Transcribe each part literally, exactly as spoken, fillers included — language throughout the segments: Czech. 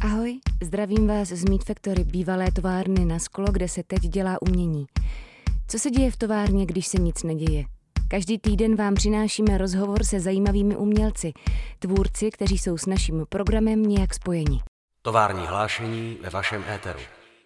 Ahoj, zdravím vás z Meat Factory, bývalé továrny na sklo, kde se teď dělá umění. Co se děje v továrně, když se nic neděje? Každý týden vám přinášíme rozhovor se zajímavými umělci, tvůrci, kteří jsou s naším programem nějak spojeni. Tovární hlášení ve vašem éteru.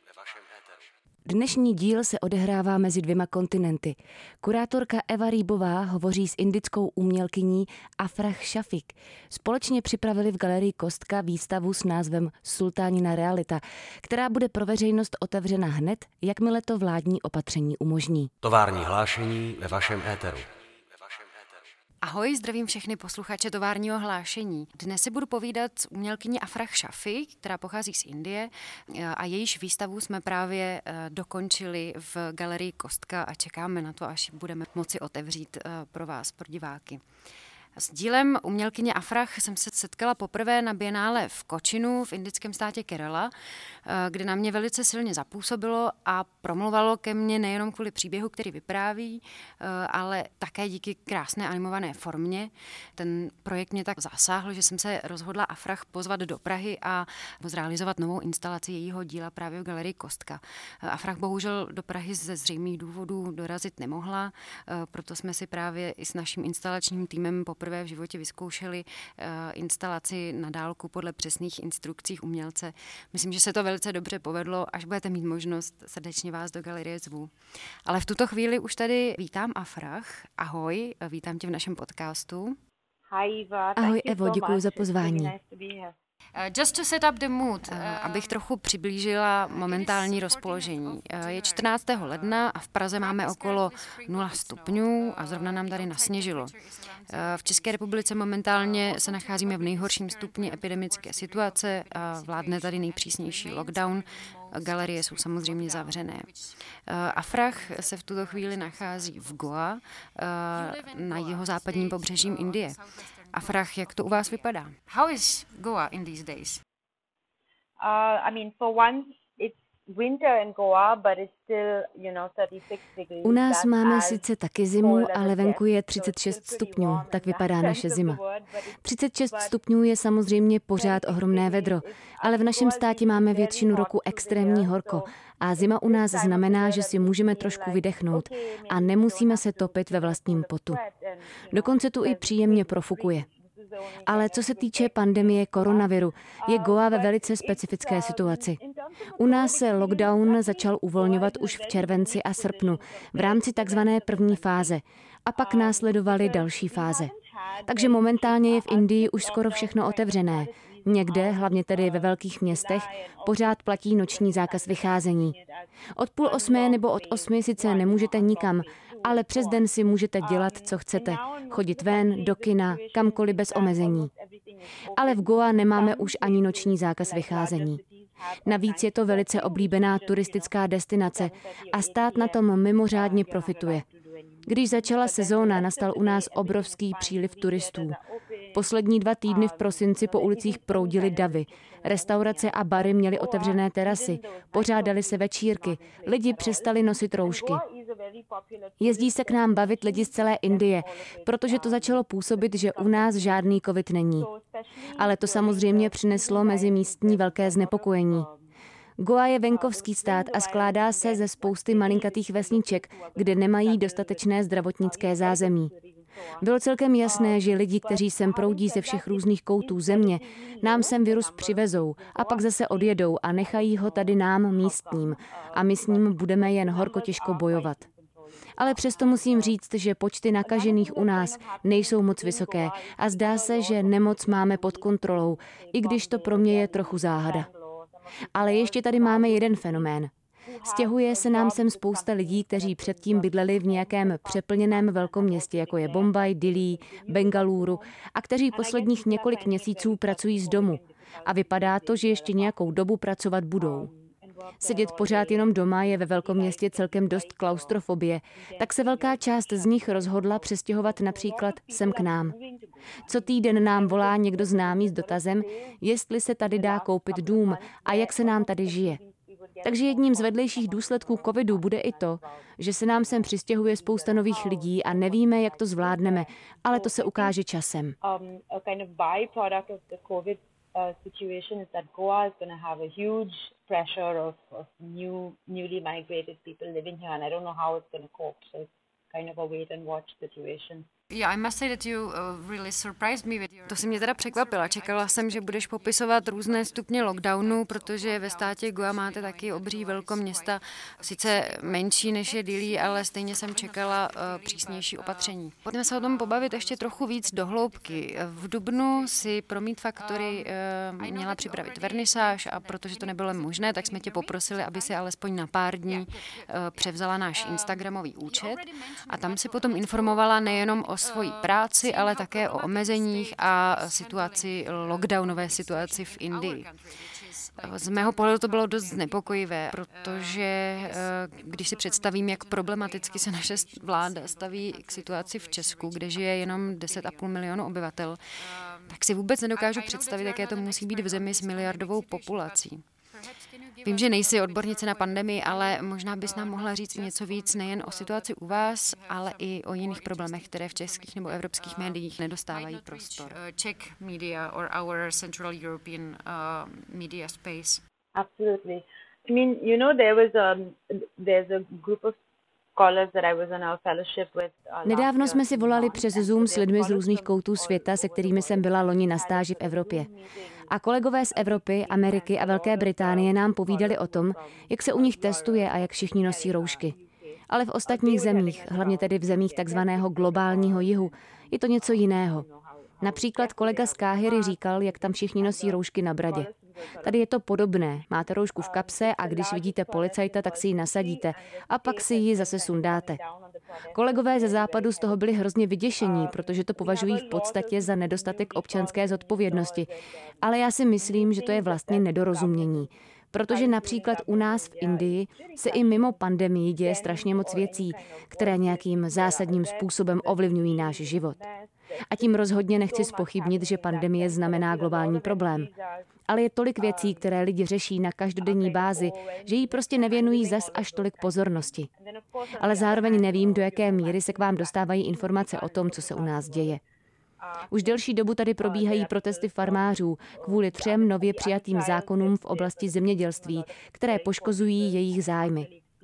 Dnešní díl se odehrává mezi dvěma kontinenty. Kurátorka Eva Rýbová hovoří s indickou umělkyní Afrah Šafik. Společně připravili v galerii Kostka výstavu s názvem Sultánina realita, která bude pro veřejnost otevřena hned, jakmile to vládní opatření umožní. Tovární hlášení ve vašem éteru. Ahoj, zdravím všechny posluchače továrního hlášení. Dnes si budu povídat s umělkyní Afrah Šafik, která pochází z Indie a jejíž výstavu jsme právě dokončili v galerii Kostka a čekáme na to, až budeme moci otevřít pro vás, pro diváky. S dílem umělkyně Afrah jsem se setkala poprvé na bienále v Kočinu v indickém státě Kerala, kde na mě velice silně zapůsobilo a promluvalo ke mně nejenom kvůli příběhu, který vypráví, ale také díky krásné animované formě. Ten projekt mě tak zasáhl, že jsem se rozhodla Afrah pozvat do Prahy a zrealizovat novou instalaci jejího díla právě v galerii Kostka. Afrah bohužel do Prahy ze zřejmých důvodů dorazit nemohla, proto jsme si právě i s naším instalačním týmem poprvé v životě vyzkoušeli uh, instalaci na dálku podle přesných instrukcí umělce. Myslím, že se to velice dobře povedlo. Až budete mít možnost, srdečně vás do galerie zvu. Ale v tuto chvíli už tady vítám Afrah. Ahoj, vítám tě v našem podcastu. Ahoj Evo, děkuji za pozvání. Just to set up the mood, abych trochu přiblížila momentální rozpoložení. Je čtrnáctého ledna a v Praze máme okolo nula stupňů a zrovna nám tady nasněžilo. V České republice momentálně se nacházíme v nejhorším stupni epidemické situace a vládne tady nejpřísnější lockdown. Galerie jsou samozřejmě zavřené. Afrah se v tuto chvíli nachází v Goa na jihozápadním pobřežím Indie. Afrah, jak to u vás vypadá? How is Goa in these days? Uh, I mean, for once it's winter in Goa, but it's still, you know, thirty-six degrees. U nás máme sice taky zimu, ale venku je třicet šest stupňů, tak vypadá naše zima. třicet šest stupňů je samozřejmě pořád ohromné vedro, ale v našem státě máme většinu roku extrémní horko a zima u nás znamená, že si můžeme trošku vydechnout a nemusíme se topit ve vlastním potu. Dokonce tu i příjemně profukuje. Ale co se týče pandemie koronaviru, je Goa ve velice specifické situaci. U nás se lockdown začal uvolňovat už v červenci a srpnu v rámci takzvané první fáze a pak následovaly další fáze. Takže momentálně je v Indii už skoro všechno otevřené. Někde, hlavně tedy ve velkých městech, pořád platí noční zákaz vycházení. Od půl osmé nebo od osmi sice nemůžete nikam, ale přes den si můžete dělat, co chcete. Chodit ven, do kina, kamkoliv bez omezení. Ale v Goa nemáme už ani noční zákaz vycházení. Navíc je to velice oblíbená turistická destinace a stát na tom mimořádně profituje. Když začala sezóna, nastal u nás obrovský příliv turistů. Poslední dva týdny v prosinci po ulicích proudily davy. Restaurace a bary měly otevřené terasy, pořádaly se večírky, lidi přestali nosit roušky. Jezdí se k nám bavit lidi z celé Indie, protože to začalo působit, že u nás žádný covid není. Ale to samozřejmě přineslo mezi místní velké znepokojení. Goa je venkovský stát a skládá se ze spousty malinkatých vesniček, kde nemají dostatečné zdravotnické zázemí. Bylo celkem jasné, že lidi, kteří sem proudí ze všech různých koutů země, nám sem virus přivezou a pak zase odjedou a nechají ho tady nám místním a my s ním budeme jen horko těžko bojovat. Ale přesto musím říct, že počty nakažených u nás nejsou moc vysoké a zdá se, že nemoc máme pod kontrolou, i když to pro mě je trochu záhada. Ale ještě tady máme jeden fenomén. Stěhuje se nám sem spousta lidí, kteří předtím bydleli v nějakém přeplněném velkoměstě, jako je Bombaj, Dillí, Bengaluru, a kteří posledních několik měsíců pracují z domu. A vypadá to, že ještě nějakou dobu pracovat budou. Sedět pořád jenom doma je ve velkoměstě celkem dost klaustrofobie, tak se velká část z nich rozhodla přestěhovat například sem k nám. Co týden nám volá někdo známý s dotazem, jestli se tady dá koupit dům a jak se nám tady žije. Takže jedním z vedlejších důsledků covidu bude i to, že se nám sem přistěhuje spousta nových lidí a nevíme, jak to zvládneme, ale to se ukáže časem. uh, situation is that Goa is going to have a huge pressure of, of new, newly migrated people living here, and I don't know how it's going to cope. So it's kind of a wait and watch situation. Yeah, I must say that you uh, really surprised me with your... To si mě teda překvapila. Čekala jsem, že budeš popisovat různé stupně lockdownu, protože ve státě Goa máte taky obří velkoměsta, sice menší než je Dili, ale stejně jsem čekala uh, přísnější opatření. Pojďme se o tom pobavit ještě trochu víc do hloubky. V dubnu si pro Meet Factory uh, měla připravit vernisáž a protože to nebylo možné, tak jsme tě poprosili, aby si alespoň na pár dní uh, převzala náš instagramový účet a tam si potom informovala nejenom o svoji práci, ale také o omezeních a situaci, lockdownové situaci v Indii. Z mého pohledu to bylo dost znepokojivé, protože když si představím, jak problematicky se naše vláda staví k situaci v Česku, kde žije jenom deset a půl milionu obyvatel, tak si vůbec nedokážu představit, jaké to musí být v zemi s miliardovou populací. Vím, že nejsi odbornice na pandemii, ale možná bys nám mohla říct něco víc nejen o situaci u vás, ale i o jiných problémech, které v českých nebo evropských médiích nedostávají prostor. Czech media or our Central European uh, media space. Absolutely. I mean, you know, there was um, there's a group of Nedávno jsme si volali přes Zoom s lidmi z různých koutů světa, se kterými jsem byla loni na stáži v Evropě. A kolegové z Evropy, Ameriky a Velké Británie nám povídali o tom, jak se u nich testuje a jak všichni nosí roušky. Ale v ostatních zemích, hlavně tedy v zemích takzvaného globálního jihu, je to něco jiného. Například kolega z Káhiry říkal, jak tam všichni nosí roušky na bradě. Tady je to podobné. Máte roušku v kapse a když vidíte policajta, tak si ji nasadíte a pak si ji zase sundáte. Kolegové ze západu z toho byli hrozně vyděšení, protože to považují v podstatě za nedostatek občanské zodpovědnosti. Ale já si myslím, že to je vlastně nedorozumění. Protože například u nás v Indii se i mimo pandemii děje strašně moc věcí, které nějakým zásadním způsobem ovlivňují náš život. A tím rozhodně nechci zpochybnit, že pandemie znamená globální problém. Ale je tolik věcí, které lidi řeší na každodenní bázi, že jí prostě nevěnují zas až tolik pozornosti. Ale zároveň nevím, do jaké míry se k vám dostávají informace o tom, co se u nás děje. Už delší dobu tady probíhají protesty farmářů kvůli třem nově přijatým zákonům v oblasti zemědělství, které poškozují jejich zájmy.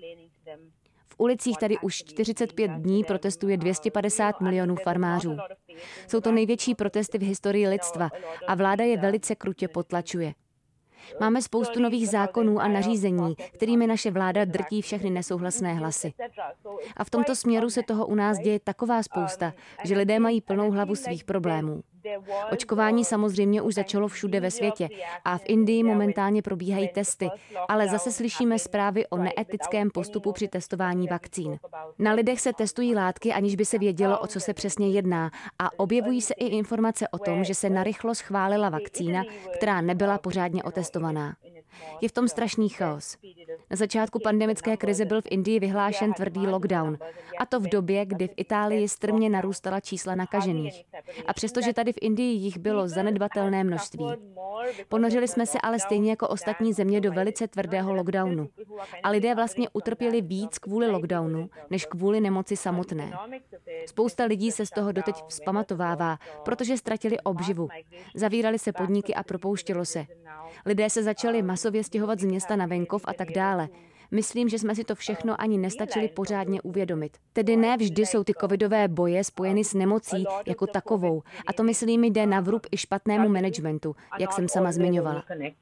V ulicích tady už čtyřicet pět dní protestuje dvě stě padesát milionů farmářů. Jsou to největší protesty v historii lidstva a vláda je velice krutě potlačuje. Máme spoustu nových zákonů a nařízení, kterými naše vláda drtí všechny nesouhlasné hlasy. A v tomto směru se toho u nás děje taková spousta, že lidé mají plnou hlavu svých problémů. Očkování samozřejmě už začalo všude ve světě a v Indii momentálně probíhají testy, ale zase slyšíme zprávy o neetickém postupu při testování vakcín. Na lidech se testují látky, aniž by se vědělo, o co se přesně jedná, a objevují se i informace o tom, že se narychlo schválila vakcína, která nebyla pořádně otestovaná. Je v tom strašný chaos. Na začátku pandemické krize byl v Indii vyhlášen tvrdý lockdown, a to v době, kdy v Itálii strmě narůstala čísla nakažených. A přestože tady v Indii jich bylo zanedbatelné množství. Ponořili jsme se ale stejně jako ostatní země do velice tvrdého lockdownu. A lidé vlastně utrpěli víc kvůli lockdownu, než kvůli nemoci samotné. Spousta lidí se z toho doteď vzpamatovává, protože ztratili obživu. Zavírali se podniky a propouštělo se. Lidé se začali masově stěhovat z města na venkov a tak dále. Myslím, že jsme si to všechno ani nestačili pořádně uvědomit. Tedy ne vždy jsou ty covidové boje spojeny s nemocí jako takovou. A to myslím jde na vrub i špatnému managementu, jak jsem sama zmiňovala.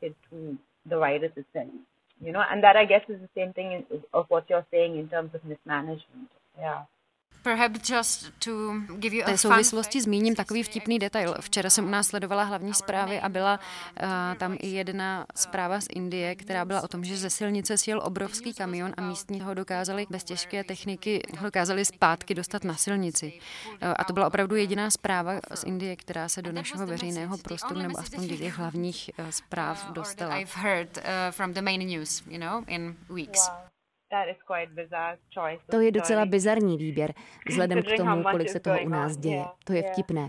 V té souvislosti zmíním takový vtipný detail. Včera jsem u nás sledovala hlavní zprávy a byla uh, tam i jedna zpráva z Indie, která byla o tom, že ze silnice sjel obrovský kamion a místní ho dokázali bez těžké techniky ho dokázali zpátky dostat na silnici. Uh, a to byla opravdu jediná zpráva z Indie, která se do našeho veřejného prostoru nebo aspoň do těch hlavních uh, zpráv dostala. To je docela bizarní výběr, vzhledem k tomu, kolik se toho u nás děje. To je vtipné.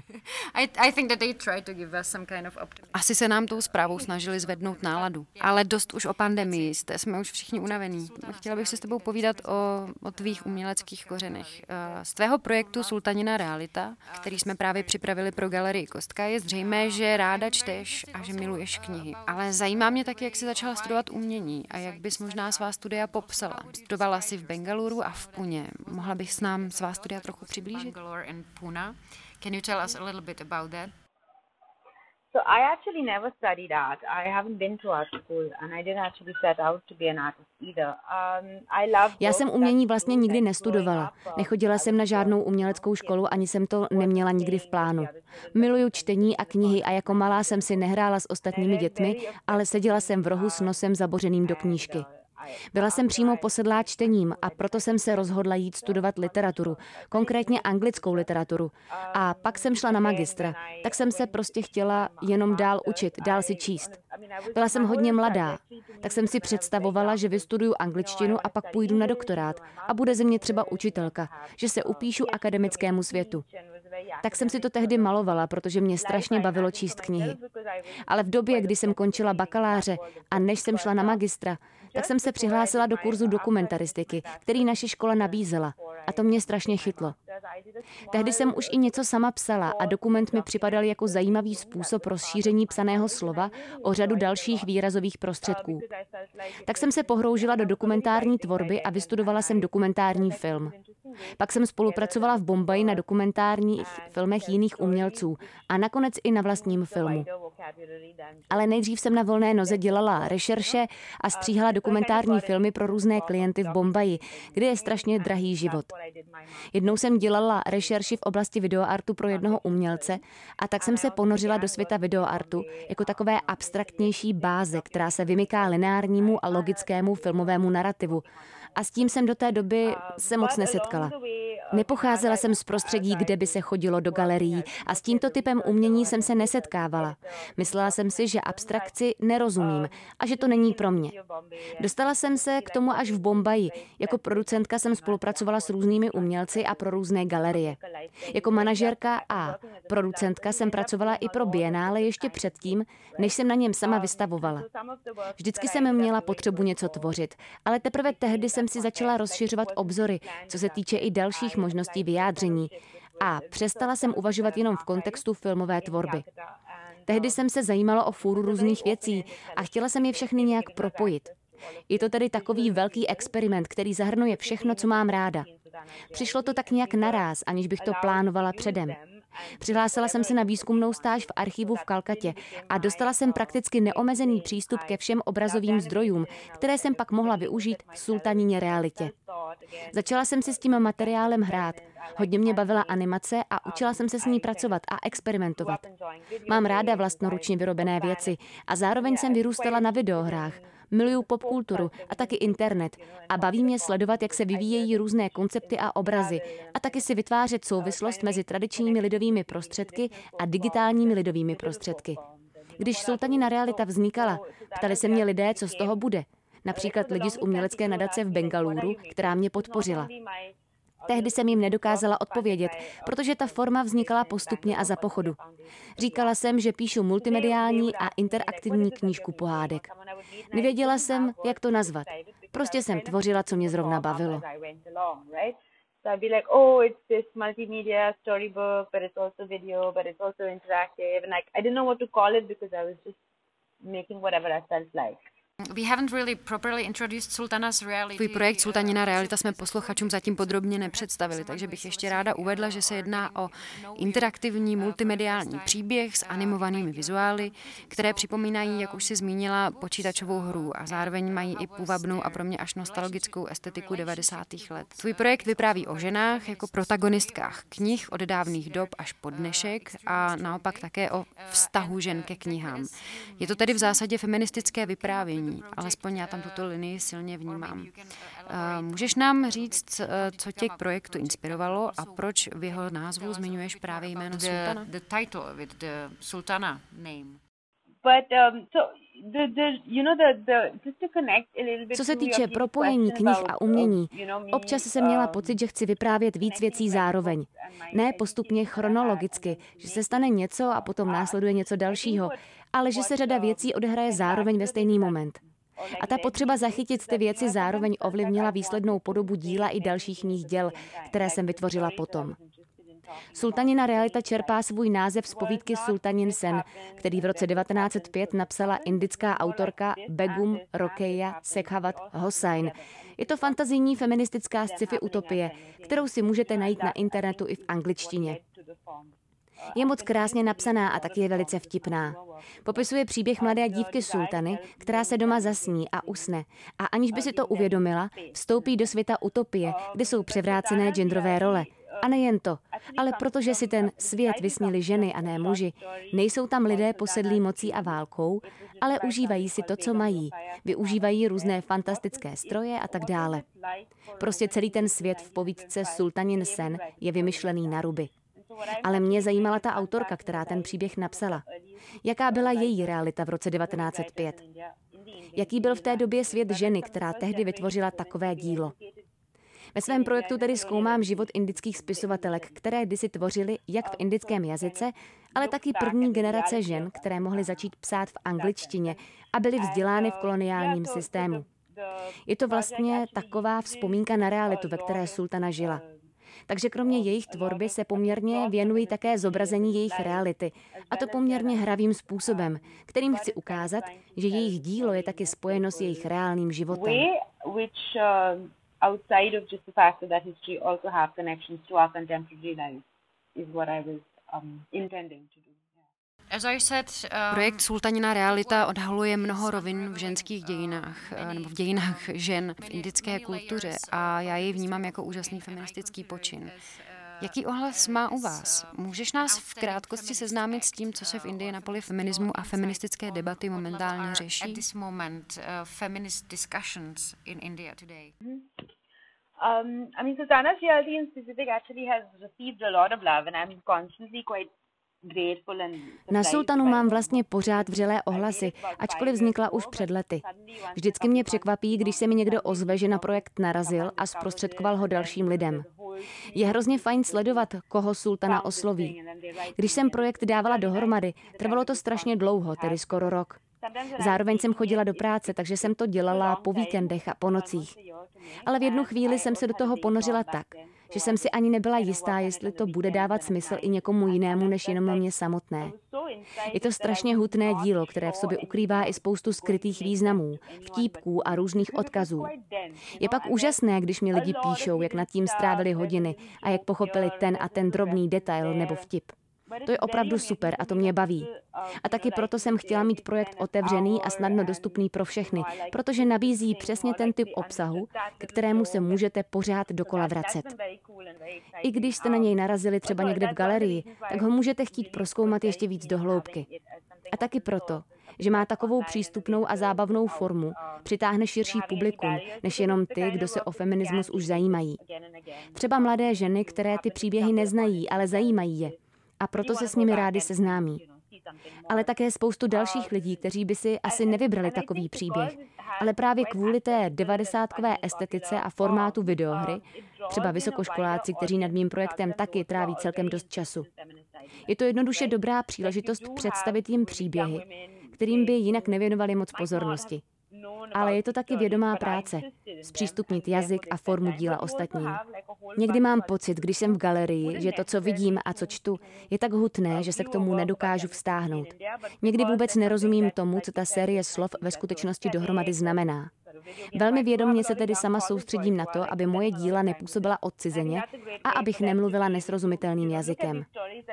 Asi se nám tou zprávou snažili zvednout náladu. Ale dost už o pandemii, jste, jsme už všichni unavení. Chtěla bych si s tebou povídat o, o tvých uměleckých kořenech. Z tvého projektu Sultanina realita, který jsme právě připravili pro galerii Kostka, je zřejmé, že ráda čteš a že miluješ knihy. Ale zajímá mě taky, jak jsi začala studovat umění a jak bys možná svá studia popsala. Studovala jsi v Bengaluru a v Puně. Mohla bych s nám svá studia trochu přiblížit? Can you tell us a little bit about that? So I actually never studied art. I haven't been to art school and I didn't actually set out to be an artist either. Um, I love Já jsem umění vlastně nikdy nestudovala. Nechodila jsem na žádnou uměleckou školu, ani jsem to neměla nikdy v plánu. Miluju čtení a knihy a jako malá jsem si nehrála s ostatními dětmi, ale seděla jsem v rohu s nosem zabořeným do knížky. Byla jsem přímo posedlá čtením a proto jsem se rozhodla jít studovat literaturu, konkrétně anglickou literaturu. A pak jsem šla na magistra, tak jsem se prostě chtěla jenom dál učit, dál si číst. Byla jsem hodně mladá, tak jsem si představovala, že vystuduju angličtinu a pak půjdu na doktorát a bude ze mě třeba učitelka, že se upíšu akademickému světu. Tak jsem si to tehdy malovala, protože mě strašně bavilo číst knihy. Ale v době, kdy jsem končila bakaláře a než jsem šla na magistra, tak jsem se přihlásila do kurzu dokumentaristiky, který naše škola nabízela. A to mě strašně chytlo. Tehdy jsem už i něco sama psala a dokument mi připadal jako zajímavý způsob rozšíření psaného slova o řadu dalších výrazových prostředků. Tak jsem se pohroužila do dokumentární tvorby a vystudovala jsem dokumentární film. Pak jsem spolupracovala v Bombaji na dokumentárních filmech jiných umělců a nakonec i na vlastním filmu. Ale nejdřív jsem na volné noze dělala rešerše a stříhala dokumentární filmy pro různé klienty v Bombaji, kde je strašně drahý život. Jednou jsem dělala rešerši v oblasti videoartu pro jednoho umělce a tak jsem se ponořila do světa videoartu jako takové abstraktnější báze, která se vymyká lineárnímu a logickému filmovému narrativu. A s tím jsem do té doby se moc nesetkala. Nepocházela jsem z prostředí, kde by se chodilo do galerií a s tímto typem umění jsem se nesetkávala. Myslela jsem si, že abstrakci nerozumím a že to není pro mě. Dostala jsem se k tomu až v Bombaji. Jako producentka jsem spolupracovala s různými umělci a pro různé galerie. Jako manažerka a producentka jsem pracovala i pro Biennále ještě předtím, než jsem na něm sama vystavovala. Vždycky jsem měla potřebu něco tvořit, ale teprve tehdy jsem si začala rozšiřovat obzory, co se týče i dalších možností vyjádření. A přestala jsem uvažovat jenom v kontextu filmové tvorby. Tehdy jsem se zajímala o fůru různých věcí a chtěla jsem je všechny nějak propojit. Je to tedy takový velký experiment, který zahrnuje všechno, co mám ráda. Přišlo to tak nějak naráz, aniž bych to plánovala předem. Přihlásila jsem se na výzkumnou stáž v archivu v Kalkatě a dostala jsem prakticky neomezený přístup ke všem obrazovým zdrojům, které jsem pak mohla využít v Sultanině realitě. Začala jsem si s tím materiálem hrát. Hodně mě bavila animace a učila jsem se s ní pracovat a experimentovat. Mám ráda vlastnoručně vyrobené věci a zároveň jsem vyrůstala na videohrách. Miluju popkulturu a taky internet a baví mě sledovat, jak se vyvíjejí různé koncepty a obrazy a taky si vytvářet souvislost mezi tradičními lidovými prostředky a digitálními lidovými prostředky. Když Sultanina realita vznikala, ptali se mě lidé, co z toho bude. Například lidi z umělecké nadace v Bengaluru, která mě podpořila. Tehdy jsem jim nedokázala odpovědět, protože ta forma vznikala postupně a za pochodu. Říkala jsem, že píšu multimediální a interaktivní knížku pohádek. Nevěděla jsem, jak to nazvat. Prostě jsem tvořila, co mě zrovna bavilo. So I'd be like, oh, it's this multimedia storybook, but it's also video, but it's also interactive. And like, I didn't know what to call it because I was just making whatever I felt like. Tvůj projekt Sultanina realita jsme posluchačům zatím podrobně nepředstavili, takže bych ještě ráda uvedla, že se jedná o interaktivní multimediální příběh s animovanými vizuály, které připomínají, jak už si zmínila, počítačovou hru a zároveň mají i půvabnou a pro mě až nostalgickou estetiku devadesátých let. Tvůj projekt vypráví o ženách jako protagonistkách knih od dávných dob až po dnešek a naopak také o vztahu žen ke knihám. Je to tedy v zásadě feministické vyprávění. Alespoň já tam tuto linii silně vnímám. Můžeš nám říct, co tě k projektu inspirovalo a proč v jeho názvu zmiňuješ právě jméno Sultana? But um, so Co se týče propojení knih a umění, občas jsem měla pocit, že chci vyprávět víc věcí zároveň. Ne postupně chronologicky, že se stane něco a potom následuje něco dalšího, ale že se řada věcí odehraje zároveň ve stejný moment. A ta potřeba zachytit ty věci zároveň ovlivnila výslednou podobu díla i dalších mých děl, které jsem vytvořila potom. Sultanina realita čerpá svůj název z povídky Sultanin sen, který v roce devatenáct set pět napsala indická autorka Begum Rokeya Sekhavat Hossain. Je to fantazijní feministická sci-fi utopie, kterou si můžete najít na internetu i v angličtině. Je moc krásně napsaná a taky je velice vtipná. Popisuje příběh mladé dívky Sultany, která se doma zasní a usne a aniž by si to uvědomila, vstoupí do světa utopie, kde jsou převrácené genderové role. A nejen to, ale protože si ten svět vysnili ženy a ne muži, nejsou tam lidé posedlí mocí a válkou, ale užívají si to, co mají. Využívají různé fantastické stroje a tak dále. Prostě celý ten svět v povídce Sultanin sen je vymyšlený na ruby. Ale mě zajímala ta autorka, která ten příběh napsala. Jaká byla její realita v roce devatenáct set pět? Jaký byl v té době svět ženy, která tehdy vytvořila takové dílo? Ve svém projektu tedy zkoumám život indických spisovatelek, které kdysi tvořily jak v indickém jazyce, ale taky první generace žen, které mohly začít psát v angličtině a byly vzdělány v koloniálním systému. Je to vlastně taková vzpomínka na realitu, ve které sultana žila. Takže kromě jejich tvorby se poměrně věnují také zobrazení jejich reality, a to poměrně hravým způsobem, kterým chci ukázat, že jejich dílo je taky spojeno s jejich reálným životem. Outside of just the fact that that history also have connections to our contemporary lives is what I was um, intending to do. Projekt Sultanina realita odhaluje mnoho rovin v ženských dějinách, nebo v dějinách žen v indické kultuře a já ji vnímám jako úžasný feministický počin. Jaký ohlas má u vás? Můžeš nás v krátkosti seznámit s tím, co se v Indii na poli feminismu a feministické debaty momentálně řeší? Um, I mean, Sultana's reality in specific actually has received a lot of love, and I'm constantly quite grateful and. Na Sultanu mám vlastně pořád vřelé ohlasy, ačkoliv vznikla už před lety. Vždycky mě překvapí, když se mi někdo ozve, že na projekt narazil a zprostředkoval ho dalším lidem. Je hrozně fajn sledovat, koho sultana osloví. Když jsem projekt dávala dohromady, trvalo to strašně dlouho, tedy skoro rok. Zároveň jsem chodila do práce, takže jsem to dělala po víkendech a po nocích. Ale v jednu chvíli jsem se do toho ponořila tak, že jsem si ani nebyla jistá, jestli to bude dávat smysl i někomu jinému, než jenom mě samotné. Je to strašně hutné dílo, které v sobě ukrývá i spoustu skrytých významů, vtípků a různých odkazů. Je pak úžasné, když mi lidi píšou, jak nad tím strávili hodiny a jak pochopili ten a ten drobný detail nebo vtip. To je opravdu super a to mě baví. A taky proto jsem chtěla mít projekt otevřený a snadno dostupný pro všechny, protože nabízí přesně ten typ obsahu, ke kterému se můžete pořád dokola vracet. I když jste na něj narazili třeba někde v galerii, tak ho můžete chtít prozkoumat ještě víc do hloubky. A taky proto, že má takovou přístupnou a zábavnou formu, přitáhne širší publikum, než jenom ty, kdo se o feminismus už zajímají. Třeba mladé ženy, které ty příběhy neznají, ale zajímají je. A proto se s nimi rádi seznámí. Ale také spoustu dalších lidí, kteří by si asi nevybrali takový příběh. Ale právě kvůli té devadesátkové estetice a formátu videohry, třeba vysokoškoláci, kteří nad mým projektem taky tráví celkem dost času. Je to jednoduše dobrá příležitost představit jim příběhy, kterým by jinak nevěnovali moc pozornosti. Ale je to taky vědomá práce, zpřístupnit jazyk a formu díla ostatním. Někdy mám pocit, když jsem v galerii, že to, co vidím a co čtu, je tak hutné, že se k tomu nedokážu vztáhnout. Někdy vůbec nerozumím tomu, co ta série slov ve skutečnosti dohromady znamená. Velmi vědomě se tedy sama soustředím na to, aby moje díla nepůsobila odcizeně a abych nemluvila nesrozumitelným jazykem.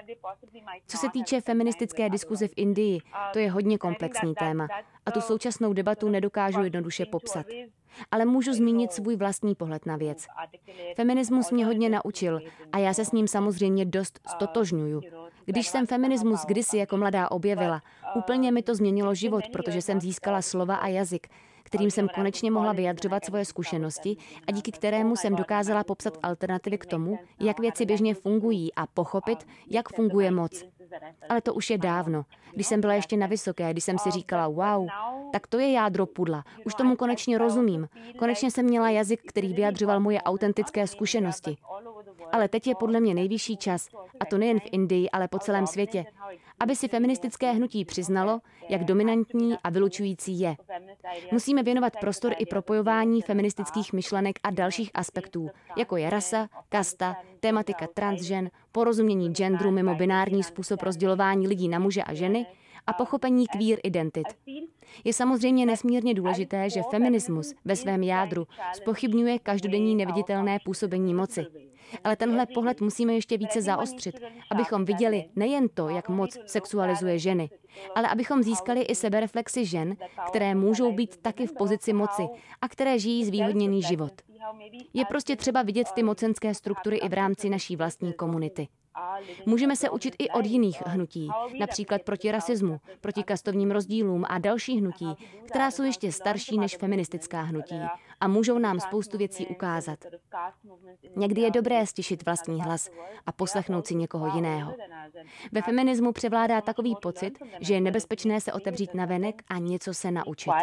Co se týče feministické diskuze v Indii, to je hodně komplexní téma a tu současnou debatu nedokážu jednoduše popsat. Ale můžu zmínit svůj vlastní pohled na věc. Feminismus mě hodně naučil a já se s ním samozřejmě dost stotožňuju. Když jsem feminismus kdysi jako mladá objevila, úplně mi to změnilo život, protože jsem získala slova a jazyk, kterým jsem konečně mohla vyjadřovat svoje zkušenosti a díky kterému jsem dokázala popsat alternativy k tomu, jak věci běžně fungují a pochopit, jak funguje moc. Ale to už je dávno. Když jsem byla ještě na vysoké, když jsem si říkala, wow, tak to je jádro pudla. Už tomu konečně rozumím. Konečně jsem měla jazyk, který vyjadřoval moje autentické zkušenosti. Ale teď je podle mě nejvyšší čas, a to nejen v Indii, ale po celém světě, aby si feministické hnutí přiznalo, jak dominantní a vylučující je. Musíme věnovat prostor i propojování feministických myšlenek a dalších aspektů, jako je rasa, kasta, tematika transžen, porozumění genderu mimo binární způsob rozdělování lidí na muže a ženy a pochopení queer identit. Je samozřejmě nesmírně důležité, že feminismus ve svém jádru zpochybňuje každodenní neviditelné působení moci. Ale tenhle pohled musíme ještě více zaostřit, abychom viděli nejen to, jak moc sexualizuje ženy, ale abychom získali i sebereflexi žen, které můžou být taky v pozici moci a které žijí zvýhodněný život. Je prostě třeba vidět ty mocenské struktury i v rámci naší vlastní komunity. Můžeme se učit i od jiných hnutí, například proti rasismu, proti kastovním rozdílům a další hnutí, která jsou ještě starší než feministická hnutí a můžou nám spoustu věcí ukázat. Někdy je dobré stišit vlastní hlas a poslechnout si někoho jiného. Ve feminismu převládá takový pocit, že je nebezpečné se otevřít navenek a něco se naučit.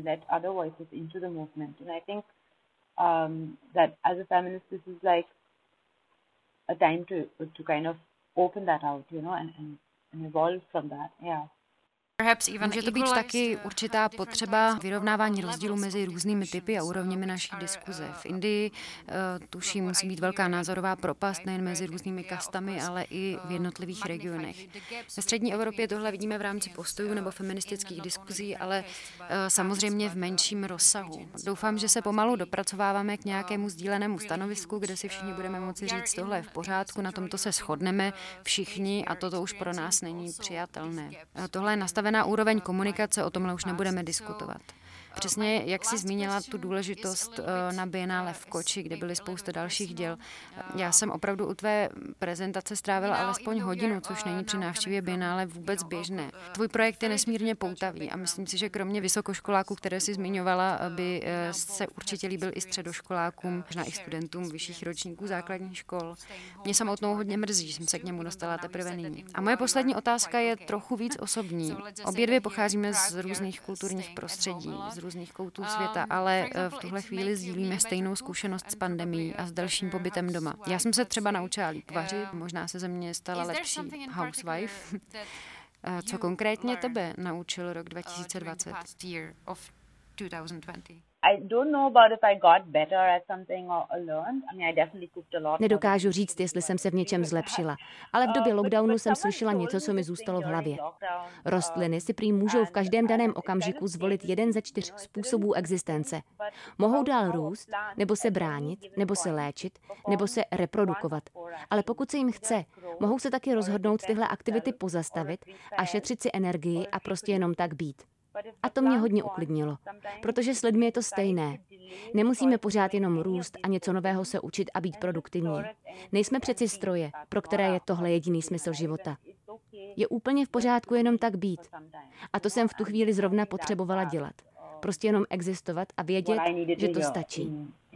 A time to to kind of open that out, you know, and, and, and evolve from that. Yeah. Může to být taky určitá potřeba vyrovnávání rozdílů mezi různými typy a úrovněmi naší diskuze. V Indii uh, tuším musí být velká názorová propast nejen mezi různými kastami, ale i v jednotlivých regionech. Ve střední Evropě tohle vidíme v rámci postojů nebo feministických diskuzí, ale uh, samozřejmě v menším rozsahu. Doufám, že se pomalu dopracováváme k nějakému sdílenému stanovisku, kde si všichni budeme moci říct, tohle je v pořádku, na tomto se shodneme všichni a toto už pro nás není přijatelné. Uh, tohle je nastavené na úroveň komunikace, o tomhle už nebudeme diskutovat. Přesně, jak jsi zmínila tu důležitost na Biennále v Koči, kde byly spousta dalších děl. Já jsem opravdu u tvé prezentace strávila alespoň hodinu, což není při návštěvě Biennále vůbec běžné. Tvůj projekt je nesmírně poutavý a myslím si, že kromě vysokoškoláků, které jsi zmiňovala, by se určitě líbil i středoškolákům, možná i studentům vyšších ročníků základních škol. Mě samotnou hodně mrzí, že jsem se k němu dostala teprve nyní. A moje poslední otázka je trochu víc osobní. Obě dvě pocházíme z různých kulturních prostředí, z různých koutů světa, ale v tuhle chvíli sdílíme stejnou zkušenost s pandemií a s dalším pobytem doma. Já jsem se třeba naučila líp vařit, možná se ze mě stala lepší housewife. Co konkrétně tebe naučil rok dva tisíce dvacet? I don't know about if I got better at something or learned. I mean, I definitely cooked a lot. Nedokážu říct, jestli jsem se v něčem zlepšila, ale v době lockdownu jsem slyšela něco, co mi zůstalo v hlavě. Rostliny si prý můžou v každém daném okamžiku zvolit jeden ze čtyř způsobů existence. Mohou dál růst, nebo se bránit, nebo se léčit, nebo se reprodukovat. Ale pokud se jim chce, mohou se taky rozhodnout tyhle aktivity pozastavit a šetřit si energii a prostě jenom tak být. A to mě hodně uklidnilo, protože s lidmi je to stejné. Nemusíme pořád jenom růst a něco nového se učit a být produktivní. Nejsme přeci stroje, pro které je tohle jediný smysl života. Je úplně v pořádku jenom tak být. A to jsem v tu chvíli zrovna potřebovala dělat. Prostě jenom existovat a vědět, že to stačí.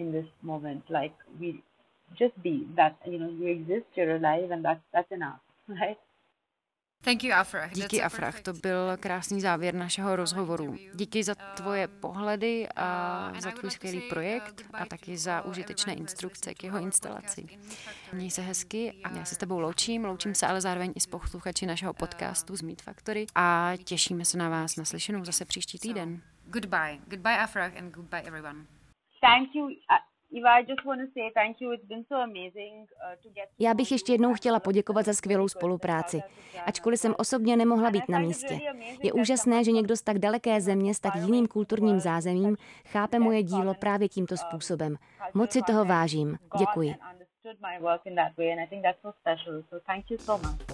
Thank you, Afrah. Díky, Afrah. To byl krásný závěr našeho rozhovoru. Díky za tvoje pohledy a za tvůj skvělý projekt a taky za užitečné instrukce k jeho instalaci. Měj se hezky a já se s tebou loučím. Loučím se ale zároveň i s posluchači našeho podcastu z Meat Factory a těšíme se na vás naslyšenou zase příští týden. Goodbye. Goodbye, Afrah, and goodbye, everyone. Thank you. Iva, I just want to say thank you. It's been so amazing to get. Já bych ještě jednou chtěla poděkovat za skvělou spolupráci. Ačkoliv jsem osobně nemohla být na místě. Je úžasné, že někdo z tak daleké země s tak jiným kulturním zázemím chápe moje dílo právě tímto způsobem. Moc si toho vážím. Děkuji.